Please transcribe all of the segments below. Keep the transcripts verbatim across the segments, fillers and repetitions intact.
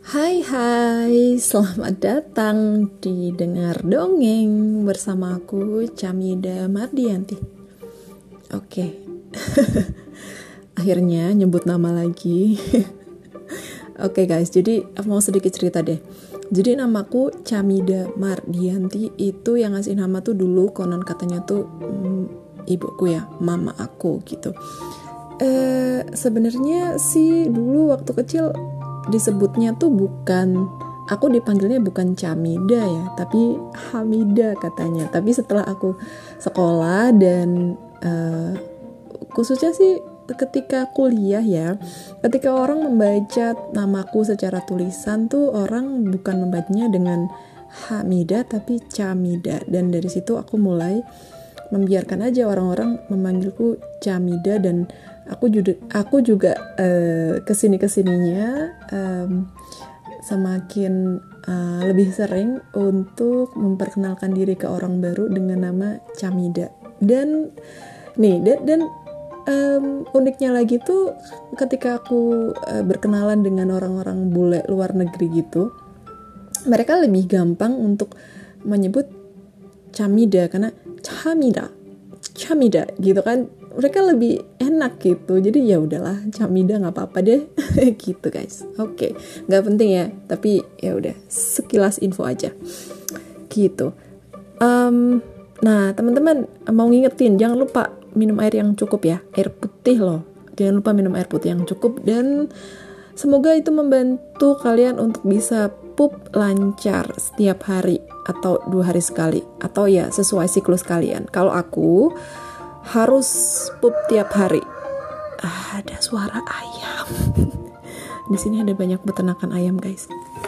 Hai hai, selamat datang di Dengar Dongeng bersama aku Camida Mardianti. Oke, akhirnya nyebut nama lagi. Oke guys, jadi aku mau sedikit cerita deh. Jadi namaku Camida Mardianti, itu yang ngasih nama tuh dulu konon katanya tuh hmm, ibuku ya, mama aku gitu. Eh, sebenarnya sih dulu waktu kecil disebutnya tuh bukan, aku dipanggilnya bukan Camida ya, tapi Hamida katanya. Tapi setelah aku sekolah dan uh, khususnya sih ketika kuliah ya, ketika orang membaca namaku secara tulisan tuh orang bukan membacanya dengan Hamida tapi Camida, dan dari situ aku mulai membiarkan aja orang-orang memanggilku Camida, dan aku juga aku juga uh, kesini kesininya um, semakin uh, lebih sering untuk memperkenalkan diri ke orang baru dengan nama Camida. Dan nih dan, dan um, uniknya lagi tuh ketika aku uh, berkenalan dengan orang-orang bule luar negeri gitu, mereka lebih gampang untuk menyebut Camida karena Camida Camida gitu kan, mereka lebih enak gitu. Jadi ya udahlah Camida nggak apa-apa deh. Gitu guys. Oke, nggak penting ya, tapi ya udah sekilas info aja gitu. um, nah teman-teman mau ngingetin, jangan lupa minum air yang cukup ya, air putih loh, jangan lupa minum air putih yang cukup. Dan semoga itu membantu kalian untuk bisa pup lancar setiap hari atau dua hari sekali, atau ya sesuai siklus kalian. Kalau aku harus pup tiap hari. Ah, ada suara ayam. Di sini ada banyak peternakan ayam guys.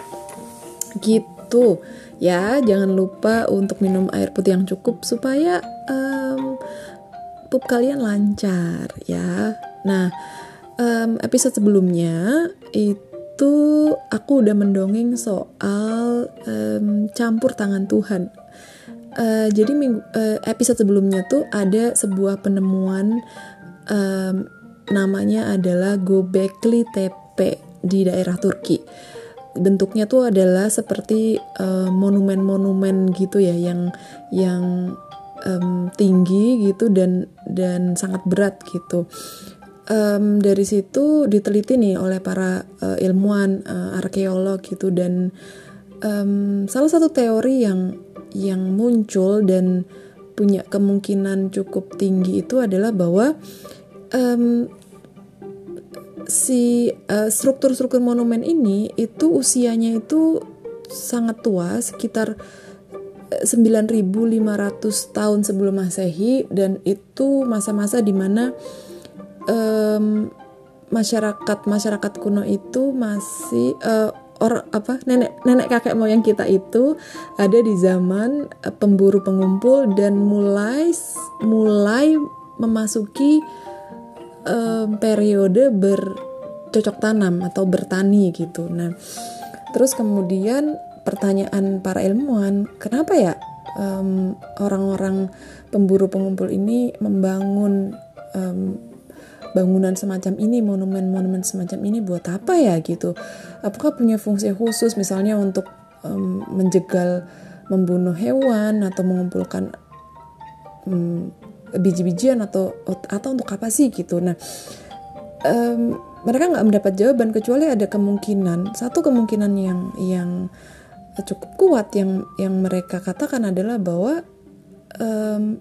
Gitu ya, jangan lupa untuk minum air putih yang cukup supaya um, pup kalian lancar ya. Nah, um, episode sebelumnya itu itu aku udah mendongeng soal um, campur tangan Tuhan. Uh, jadi minggu, uh, episode sebelumnya tuh ada sebuah penemuan um, namanya adalah Göbekli Tepe di daerah Turki. Bentuknya tuh adalah seperti uh, monumen-monumen gitu ya, yang yang um, tinggi gitu dan dan sangat berat gitu. Um, dari situ diteliti nih oleh para uh, ilmuwan, uh, arkeolog gitu, dan um, salah satu teori yang yang muncul dan punya kemungkinan cukup tinggi itu adalah bahwa um, si uh, struktur-struktur monumen ini itu usianya itu sangat tua, sekitar sembilan ribu lima ratus tahun sebelum Masehi, dan itu masa-masa di mana Um, masyarakat masyarakat kuno itu masih uh, or apa nenek nenek kakek moyang kita itu ada di zaman uh, pemburu pengumpul dan mulai mulai memasuki um, periode bercocok tanam atau bertani gitu. Nah, terus kemudian pertanyaan para ilmuwan, kenapa ya um, orang-orang pemburu pengumpul ini membangun um, bangunan semacam ini, monumen-monumen semacam ini buat apa ya gitu? Apakah punya fungsi khusus misalnya untuk um, menjegal membunuh hewan atau mengumpulkan um, biji-bijian atau atau untuk apa sih gitu? Nah, um, mereka nggak mendapat jawaban kecuali ada kemungkinan, satu kemungkinan yang yang cukup kuat yang yang mereka katakan adalah bahwa um,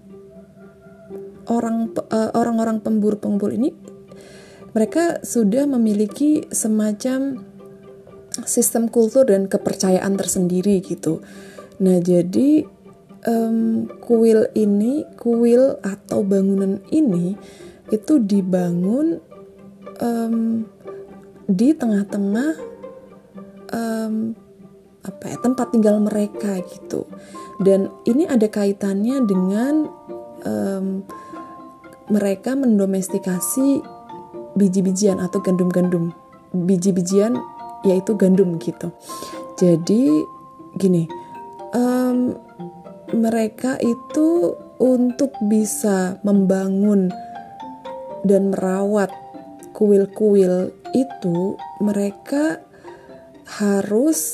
orang uh, orang-orang pemburu pengumpul ini mereka sudah memiliki semacam sistem kultur dan kepercayaan tersendiri gitu. Nah, jadi um, kuil ini, kuil atau bangunan ini itu dibangun um, di tengah-tengah um, apa ya, tempat tinggal mereka gitu. Dan ini ada kaitannya dengan um, mereka mendomestikasi biji-bijian atau gandum-gandum, biji-bijian yaitu gandum gitu. Jadi gini, um, mereka itu untuk bisa membangun dan merawat kuil-kuil itu, mereka harus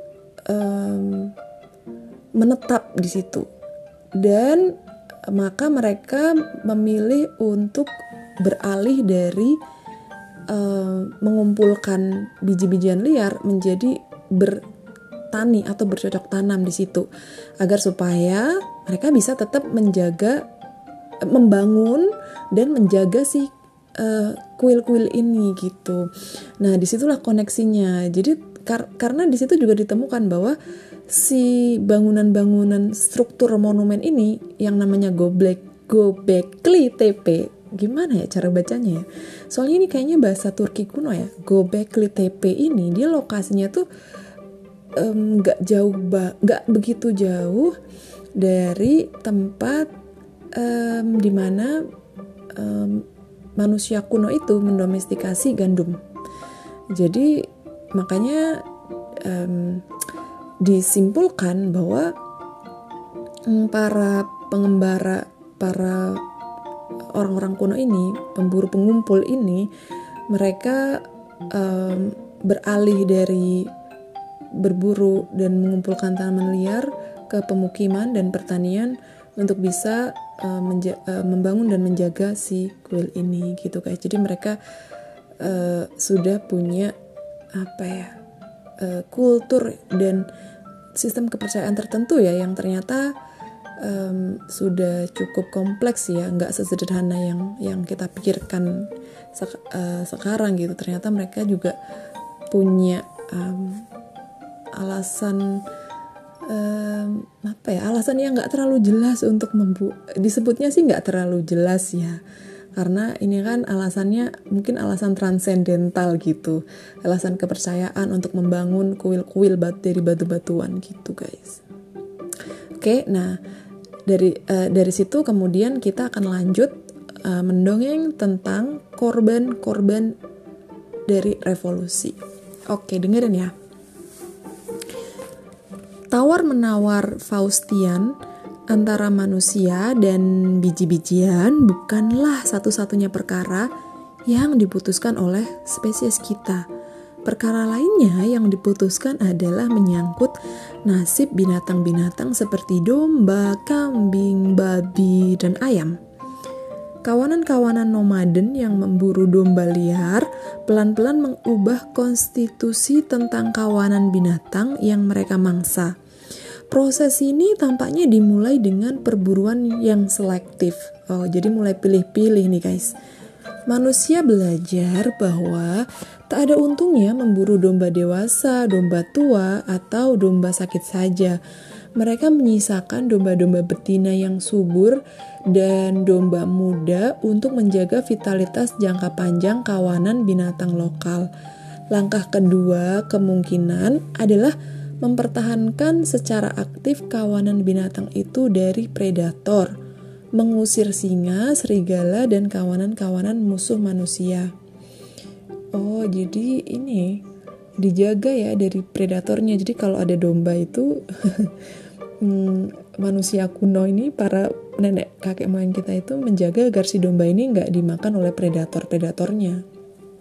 um, menetap di situ, dan maka mereka memilih untuk beralih dari uh, mengumpulkan biji-bijian liar menjadi bertani atau bercocok tanam di situ, agar supaya mereka bisa tetap menjaga, membangun dan menjaga si uh, kuil-kuil ini gitu. Nah, disitulah koneksinya. Jadi kar- karena di situ juga ditemukan bahwa si bangunan-bangunan struktur monumen ini yang namanya Göbek Göbekli Tepe, gimana ya cara bacanya ya? Soalnya ini kayaknya bahasa Turki kuno ya. Göbekli Tepe ini dia lokasinya tuh nggak um, jauh, nggak begitu jauh dari tempat um, di mana um, manusia kuno itu mendomestikasi gandum. Jadi makanya um, disimpulkan bahwa um, para pengembara, para orang-orang kuno ini, pemburu pengumpul ini, mereka um, beralih dari berburu dan mengumpulkan tanaman liar ke pemukiman dan pertanian untuk bisa uh, menja- uh, membangun dan menjaga si kuil ini gitu guys. Jadi mereka uh, sudah punya apa ya, uh, kultur dan sistem kepercayaan tertentu ya, yang ternyata um, sudah cukup kompleks ya, nggak sesederhana yang yang kita pikirkan sek- uh, sekarang gitu. Ternyata mereka juga punya um, alasan um, apa ya, alasan yang nggak terlalu jelas untuk membu disebutnya sih nggak terlalu jelas ya, karena ini kan alasannya mungkin alasan transendental gitu, alasan kepercayaan untuk membangun kuil-kuil bat dari batu-batuan gitu guys. Oke, nah dari uh, dari situ kemudian kita akan lanjut uh, mendongeng tentang korban-korban dari revolusi. Oke, dengerin ya. Tawar-menawar Faustian antara manusia dan biji-bijian bukanlah satu-satunya perkara yang diputuskan oleh spesies kita. Perkara lainnya yang diputuskan adalah menyangkut nasib binatang-binatang seperti domba, kambing, babi, dan ayam. Kawanan-kawanan nomaden yang memburu domba liar pelan-pelan mengubah konstitusi tentang kawanan binatang yang mereka mangsa. Proses ini tampaknya dimulai dengan perburuan yang selektif. Oh, jadi mulai pilih-pilih nih guys. Manusia belajar bahwa tak ada untungnya memburu domba dewasa, domba tua, atau domba sakit saja. Mereka menyisakan domba-domba betina yang subur dan domba muda untuk menjaga vitalitas jangka panjang kawanan binatang lokal. Langkah kedua kemungkinan adalah mempertahankan secara aktif kawanan binatang itu dari predator, mengusir singa, serigala, dan kawanan-kawanan musuh manusia. Oh, jadi ini dijaga ya dari predatornya. Jadi kalau ada domba itu hmm, manusia kuno ini, para nenek kakek moyang kita itu menjaga agar si domba ini nggak dimakan oleh predator-predatornya.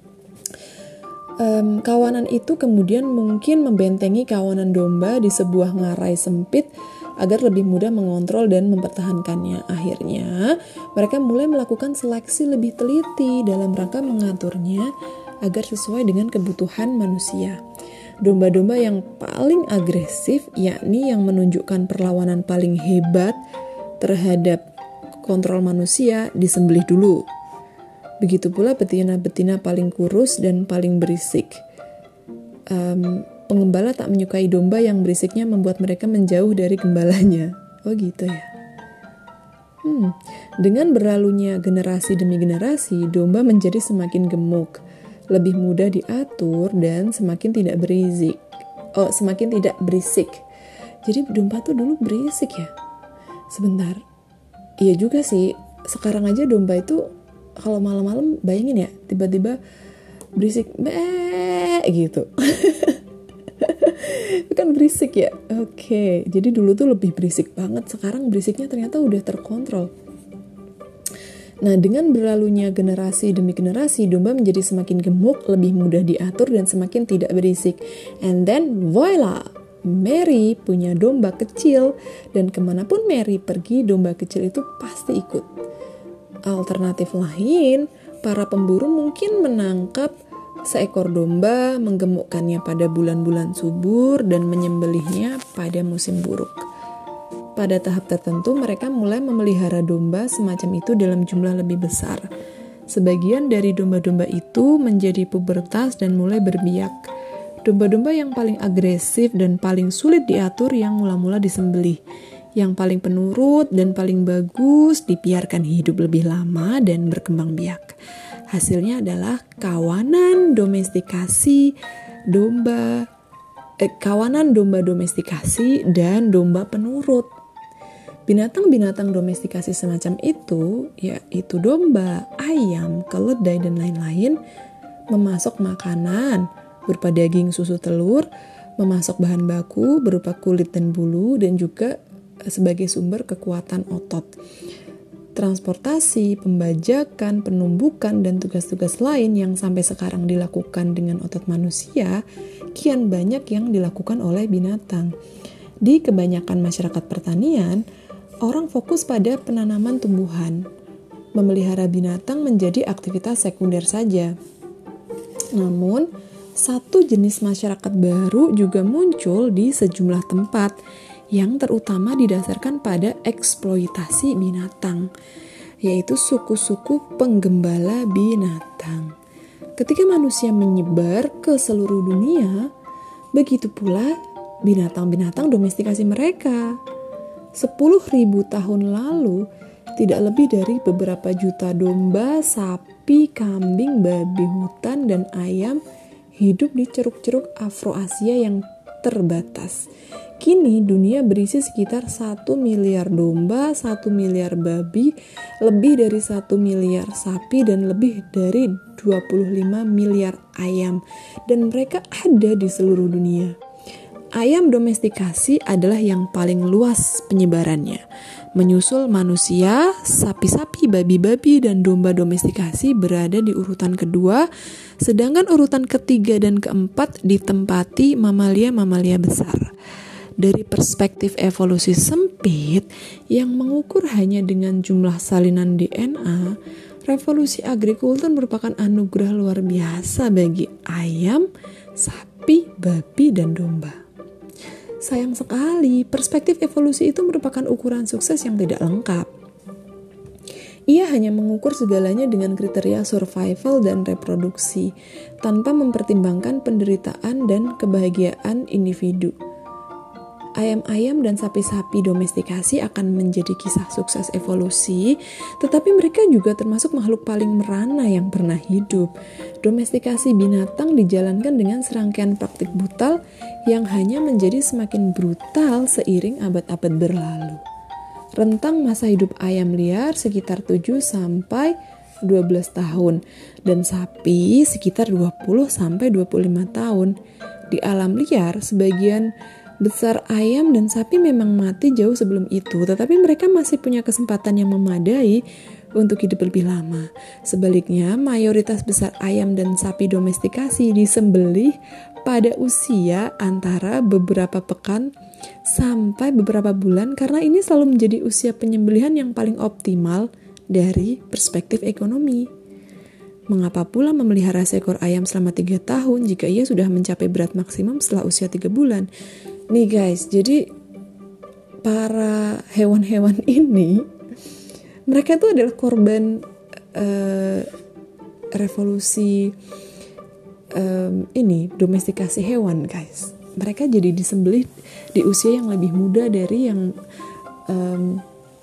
Um, kawanan itu kemudian mungkin membentengi kawanan domba di sebuah ngarai sempit agar lebih mudah mengontrol dan mempertahankannya. Akhirnya, mereka mulai melakukan seleksi lebih teliti dalam rangka mengaturnya agar sesuai dengan kebutuhan manusia. Domba-domba yang paling agresif, yakni yang menunjukkan perlawanan paling hebat terhadap kontrol manusia, disembelih dulu. Begitu pula betina-betina paling kurus dan paling berisik. Um, pengembala tak menyukai domba yang berisiknya membuat mereka menjauh dari gembalanya. Oh gitu ya. Hmm, dengan berlalunya generasi demi generasi, domba menjadi semakin gemuk, lebih mudah diatur, dan semakin tidak berisik. Oh, semakin tidak berisik. Jadi domba tuh dulu berisik ya. Sebentar. Iya juga sih. Sekarang aja domba itu kalau malam-malam bayangin ya, tiba-tiba berisik meh gitu. Kan berisik ya. Oke, jadi dulu tuh lebih berisik banget. Sekarang berisiknya ternyata udah terkontrol. Nah, dengan berlalunya generasi demi generasi, domba menjadi semakin gemuk, lebih mudah diatur, dan semakin tidak berisik. And then, voila! Mary punya domba kecil, dan kemanapun Mary pergi, domba kecil itu pasti ikut. Alternatif lain, para pemburu mungkin menangkap seekor domba, menggemukkannya pada bulan-bulan subur, dan menyembelihnya pada musim buruk. Pada tahap tertentu, mereka mulai memelihara domba semacam itu dalam jumlah lebih besar. Sebagian dari domba-domba itu menjadi pubertas dan mulai berbiak. Domba-domba yang paling agresif dan paling sulit diatur yang mula-mula disembelih. Yang paling penurut dan paling bagus dibiarkan hidup lebih lama dan berkembang biak. Hasilnya adalah kawanan domestikasi domba, eh, kawanan domba domestikasi dan domba penurut. Binatang-binatang domestikasi semacam itu, yaitu domba, ayam, keledai, dan lain-lain, memasok makanan berupa daging, susu, telur, memasok bahan baku berupa kulit dan bulu, dan juga sebagai sumber kekuatan otot. Transportasi, pembajakan, penumbukan, dan tugas-tugas lain yang sampai sekarang dilakukan dengan otot manusia, kian banyak yang dilakukan oleh binatang. Di kebanyakan masyarakat pertanian, orang fokus pada penanaman tumbuhan. Memelihara binatang menjadi aktivitas sekunder saja. Namun, satu jenis masyarakat baru juga muncul di sejumlah tempat yang terutama didasarkan pada eksploitasi binatang, yaitu suku-suku penggembala binatang. Ketika manusia menyebar ke seluruh dunia, begitu pula binatang-binatang domestikasi mereka. sepuluh ribu tahun lalu, tidak lebih dari beberapa juta domba, sapi, kambing, babi hutan, dan ayam hidup di ceruk-ceruk Afroasia yang terbatas. Kini dunia berisi sekitar satu miliar domba, satu miliar babi, lebih dari satu miliar sapi, dan lebih dari dua puluh lima miliar ayam. Dan mereka ada di seluruh dunia. Ayam domestikasi adalah yang paling luas penyebarannya. Menyusul manusia, sapi-sapi, babi-babi, dan domba domestikasi berada di urutan kedua, sedangkan urutan ketiga dan keempat ditempati mamalia-mamalia besar. Dari perspektif evolusi sempit yang mengukur hanya dengan jumlah salinan D N A, revolusi agrikultur merupakan anugerah luar biasa bagi ayam, sapi, babi, dan domba. Sayang sekali, perspektif evolusi itu merupakan ukuran sukses yang tidak lengkap. Ia hanya mengukur segalanya dengan kriteria survival dan reproduksi, tanpa mempertimbangkan penderitaan dan kebahagiaan individu. Ayam-ayam dan sapi-sapi domestikasi akan menjadi kisah sukses evolusi, tetapi mereka juga termasuk makhluk paling merana yang pernah hidup. Domestikasi binatang dijalankan dengan serangkaian praktik brutal yang hanya menjadi semakin brutal seiring abad-abad berlalu. Rentang masa hidup ayam liar sekitar tujuh sampai dua belas tahun dan sapi sekitar dua puluh sampai dua puluh lima tahun. Di alam liar, sebagian besar ayam dan sapi memang mati jauh sebelum itu, tetapi mereka masih punya kesempatan yang memadai untuk hidup lebih lama. Sebaliknya, mayoritas besar ayam dan sapi domestikasi disembelih pada usia antara beberapa pekan sampai beberapa bulan karena ini selalu menjadi usia penyembelihan yang paling optimal dari perspektif ekonomi. Mengapa pula memelihara seekor ayam selama tiga tahun jika ia sudah mencapai berat maksimum setelah usia tiga bulan? Nih guys, jadi para hewan-hewan ini, mereka itu adalah korban uh, revolusi um, ini, domestikasi hewan guys. Mereka jadi disembelih di usia yang lebih muda dari yang um,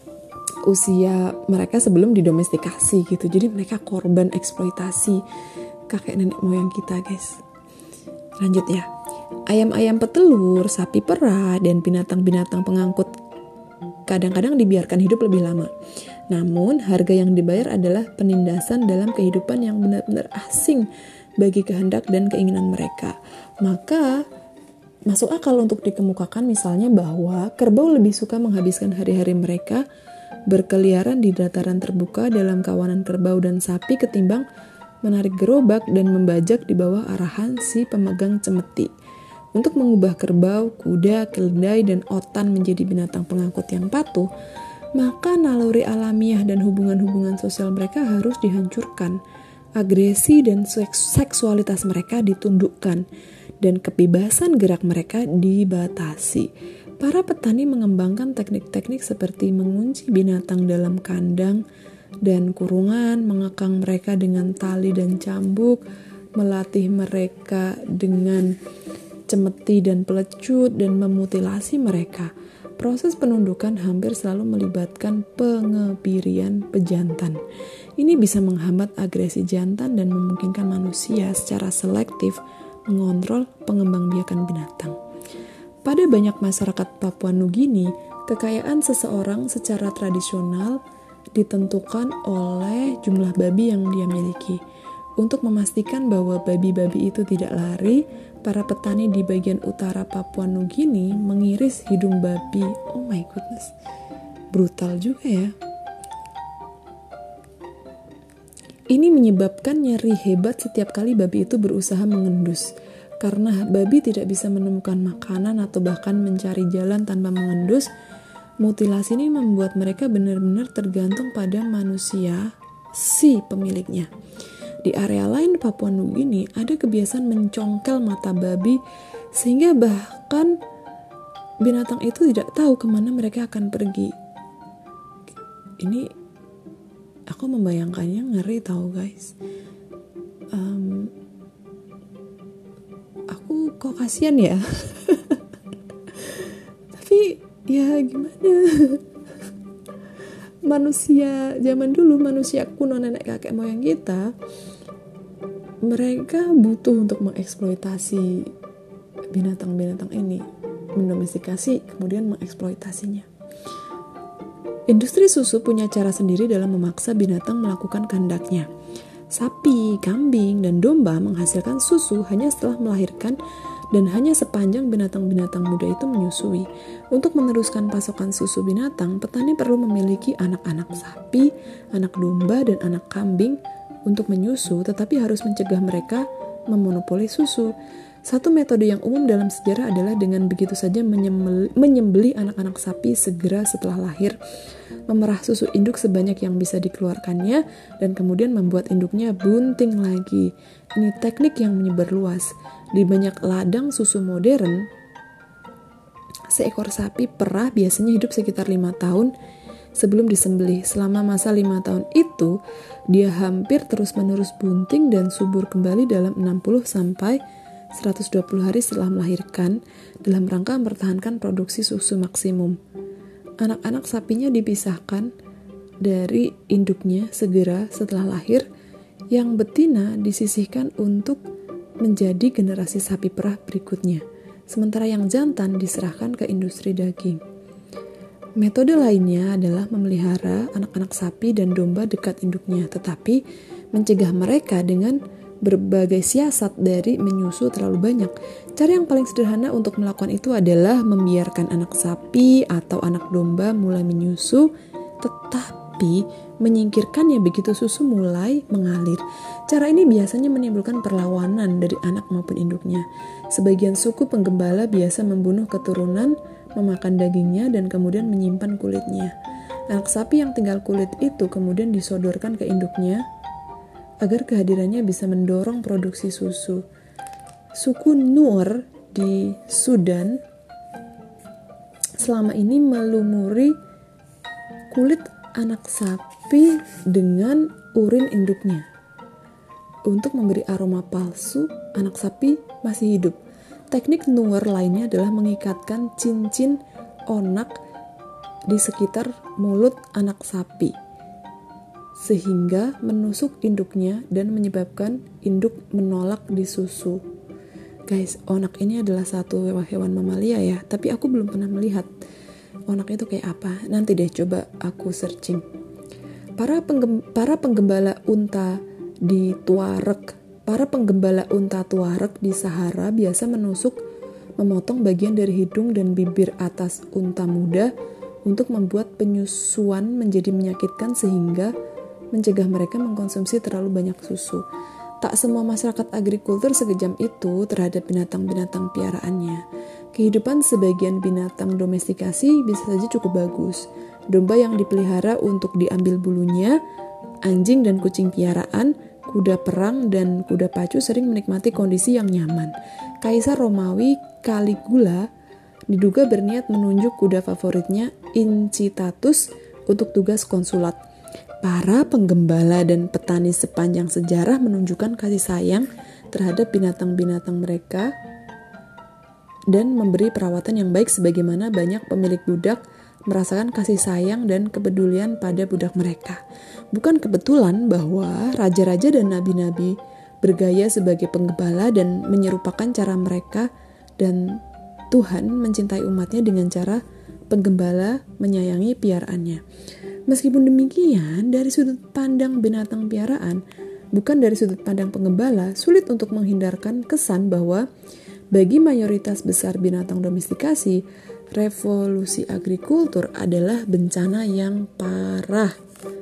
usia mereka sebelum didomestikasi gitu. Jadi mereka korban eksploitasi kakek nenek moyang kita guys. Lanjut ya. Ayam-ayam petelur, sapi perah, dan binatang-binatang pengangkut kadang-kadang dibiarkan hidup lebih lama. Namun, harga yang dibayar adalah penindasan dalam kehidupan yang benar-benar asing bagi kehendak dan keinginan mereka. Maka, masuk akal untuk dikemukakan misalnya bahwa kerbau lebih suka menghabiskan hari-hari mereka berkeliaran di dataran terbuka dalam kawanan kerbau dan sapi ketimbang menarik gerobak dan membajak di bawah arahan si pemegang cemeti. Untuk mengubah kerbau, kuda, keledai, dan otan menjadi binatang pengangkut yang patuh, maka naluri alamiah dan hubungan-hubungan sosial mereka harus dihancurkan. Agresi dan seks- seksualitas mereka ditundukkan, dan kebebasan gerak mereka dibatasi. Para petani mengembangkan teknik-teknik seperti mengunci binatang dalam kandang dan kurungan, mengekang mereka dengan tali dan cambuk, melatih mereka dengan cemeti dan pelecut, dan memutilasi mereka. Proses penundukan hampir selalu melibatkan pengebirian pejantan. Ini bisa menghambat agresi jantan dan memungkinkan manusia secara selektif mengontrol pengembangbiakan binatang. Pada banyak masyarakat Papua Nugini, kekayaan seseorang secara tradisional ditentukan oleh jumlah babi yang dia miliki. Untuk memastikan bahwa babi-babi itu tidak lari, para petani di bagian utara Papua Nugini mengiris hidung babi. Oh my goodness, brutal juga ya. Ini menyebabkan nyeri hebat setiap kali babi itu berusaha mengendus. Karena babi tidak bisa menemukan makanan atau bahkan mencari jalan tanpa mengendus, mutilasi ini membuat mereka benar-benar tergantung pada manusia, si pemiliknya. Di area lain Papua Nugini ada kebiasaan mencongkel mata babi sehingga bahkan binatang itu tidak tahu kemana mereka akan pergi. Ini aku membayangkannya ngeri tahu guys. Um, aku kok kasihan ya. Tapi ya gimana? Manusia zaman dulu, manusia kuno, nenek kakek moyang kita, mereka butuh untuk mengeksploitasi binatang-binatang ini, mendomestikasi kemudian mengeksploitasinya. Industri susu punya cara sendiri dalam memaksa binatang melakukan kehendaknya. Sapi, kambing, dan domba menghasilkan susu hanya setelah melahirkan dan hanya sepanjang binatang-binatang muda itu menyusui. Untuk meneruskan pasokan susu binatang, petani perlu memiliki anak-anak sapi, anak domba, dan anak kambing untuk menyusu, tetapi harus mencegah mereka memonopoli susu. Satu metode yang umum dalam sejarah adalah dengan begitu saja menyembelih anak-anak sapi segera setelah lahir, memerah susu induk sebanyak yang bisa dikeluarkannya, dan kemudian membuat induknya bunting lagi. Ini teknik yang menyebar luas. Di banyak ladang susu modern, seekor sapi perah biasanya hidup sekitar lima tahun sebelum disembelih. Selama masa lima tahun itu, dia hampir terus-menerus bunting dan subur kembali dalam enam puluh sampai seratus dua puluh hari setelah melahirkan dalam rangka mempertahankan produksi susu maksimum. Anak-anak sapinya dipisahkan dari induknya segera setelah lahir, yang betina disisihkan untuk menjadi generasi sapi perah berikutnya, sementara yang jantan diserahkan ke industri daging. Metode lainnya adalah memelihara anak-anak sapi dan domba dekat induknya, tetapi mencegah mereka dengan berbagai siasat dari menyusu terlalu banyak. Cara yang paling sederhana untuk melakukan itu adalah membiarkan anak sapi atau anak domba mulai menyusu, tetapi menyingkirkannya begitu susu mulai mengalir. Cara ini biasanya menimbulkan perlawanan dari anak maupun induknya. Sebagian suku penggembala biasa membunuh keturunan, memakan dagingnya, dan kemudian menyimpan kulitnya. Anak sapi yang tinggal kulit itu kemudian disodorkan ke induknya agar kehadirannya bisa mendorong produksi susu. Suku Nuer di Sudan selama ini melumuri kulit anak sapi dengan urin induknya untuk memberi aroma palsu anak sapi masih hidup. Teknik Nuer lainnya adalah mengikatkan cincin onak di sekitar mulut anak sapi sehingga menusuk induknya dan menyebabkan induk menolak disusu. Guys, onak ini adalah satu hewan mamalia ya, tapi aku belum pernah melihat onak itu kayak apa. Nanti deh coba aku searching. Para penggem- para penggembala unta di Tuareg, para penggembala unta Tuareg di Sahara biasa menusuk, memotong bagian dari hidung dan bibir atas unta muda untuk membuat penyusuan menjadi menyakitkan sehingga mencegah mereka mengkonsumsi terlalu banyak susu. Tak semua masyarakat agrikultur sekejam itu terhadap binatang-binatang piaraannya. Kehidupan sebagian binatang domestikasi bisa saja cukup bagus. Domba yang dipelihara untuk diambil bulunya, anjing dan kucing piaraan, kuda perang dan kuda pacu sering menikmati kondisi yang nyaman. Kaisar Romawi Caligula diduga berniat menunjuk kuda favoritnya Incitatus untuk tugas konsulat. Para penggembala dan petani sepanjang sejarah menunjukkan kasih sayang terhadap binatang-binatang mereka dan memberi perawatan yang baik sebagaimana banyak pemilik budak merasakan kasih sayang dan kepedulian pada budak mereka. Bukan kebetulan bahwa raja-raja dan nabi-nabi bergaya sebagai penggembala dan menyerupakan cara mereka, dan Tuhan mencintai umatnya dengan cara penggembala menyayangi piaraannya. Meskipun demikian, dari sudut pandang binatang piaraan, bukan dari sudut pandang penggembala, sulit untuk menghindarkan kesan bahwa bagi mayoritas besar binatang domestikasi, revolusi agrikultur adalah bencana yang parah.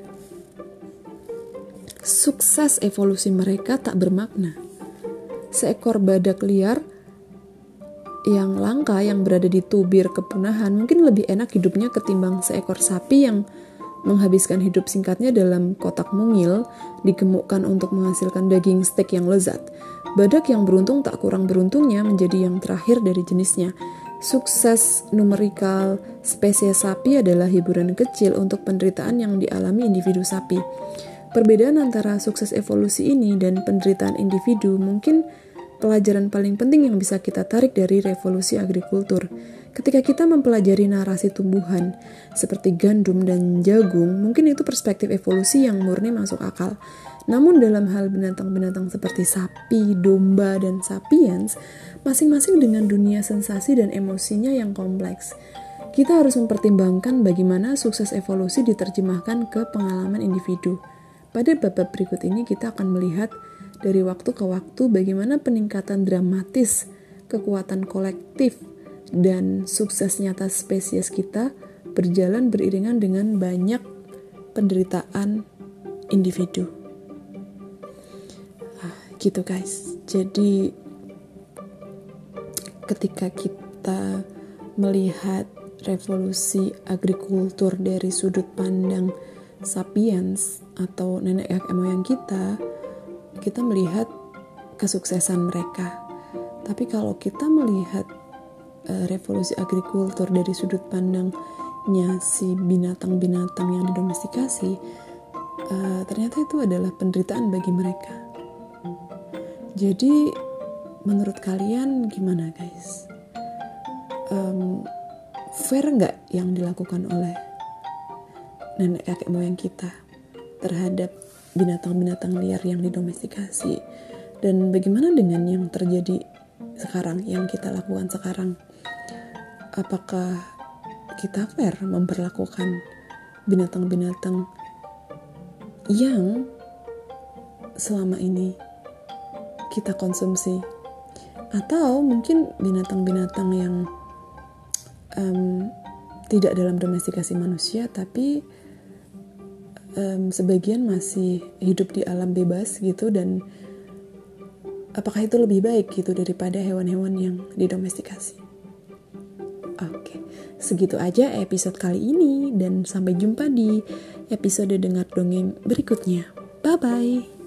Sukses evolusi mereka tak bermakna. Seekor badak liar yang langka yang berada di tubir kepunahan mungkin lebih enak hidupnya ketimbang seekor sapi yang menghabiskan hidup singkatnya dalam kotak mungil, digemukkan untuk menghasilkan daging steak yang lezat. Badak yang beruntung tak kurang beruntungnya menjadi yang terakhir dari jenisnya. Sukses numerikal spesies sapi adalah hiburan kecil untuk penderitaan yang dialami individu sapi. Perbedaan antara sukses evolusi ini dan penderitaan individu mungkin pelajaran paling penting yang bisa kita tarik dari revolusi agrikultur. Ketika kita mempelajari narasi tumbuhan seperti gandum dan jagung, mungkin itu perspektif evolusi yang murni masuk akal. Namun dalam hal binatang-binatang seperti sapi, domba, dan sapiens, masing-masing dengan dunia sensasi dan emosinya yang kompleks. Kita harus mempertimbangkan bagaimana sukses evolusi diterjemahkan ke pengalaman individu. Pada bab berikut ini kita akan melihat dari waktu ke waktu bagaimana peningkatan dramatis kekuatan kolektif dan sukses nyata spesies kita berjalan beriringan dengan banyak penderitaan individu. Ah, gitu guys. Jadi ketika kita melihat revolusi agrikultur dari sudut pandang sapiens atau nenek kakek moyang kita, kita melihat kesuksesan mereka. Tapi kalau kita melihat uh, revolusi agrikultur dari sudut pandangnya si binatang-binatang yang didomestikasi, uh, ternyata itu adalah penderitaan bagi mereka. Jadi menurut kalian gimana guys? Um, fair nggak yang dilakukan oleh nenek kakek moyang kita terhadap binatang-binatang liar yang didomestikasi? Dan bagaimana dengan yang terjadi sekarang, yang kita lakukan sekarang? Apakah kita fair memperlakukan binatang-binatang yang selama ini kita konsumsi? Atau mungkin binatang-binatang yang um, tidak dalam domestikasi manusia, tapi um, sebagian masih hidup di alam bebas gitu, dan apakah itu lebih baik gitu daripada hewan-hewan yang didomestikasi? Oke, segitu aja episode kali ini, dan sampai jumpa di episode Dengar Dongeng berikutnya. Bye-bye.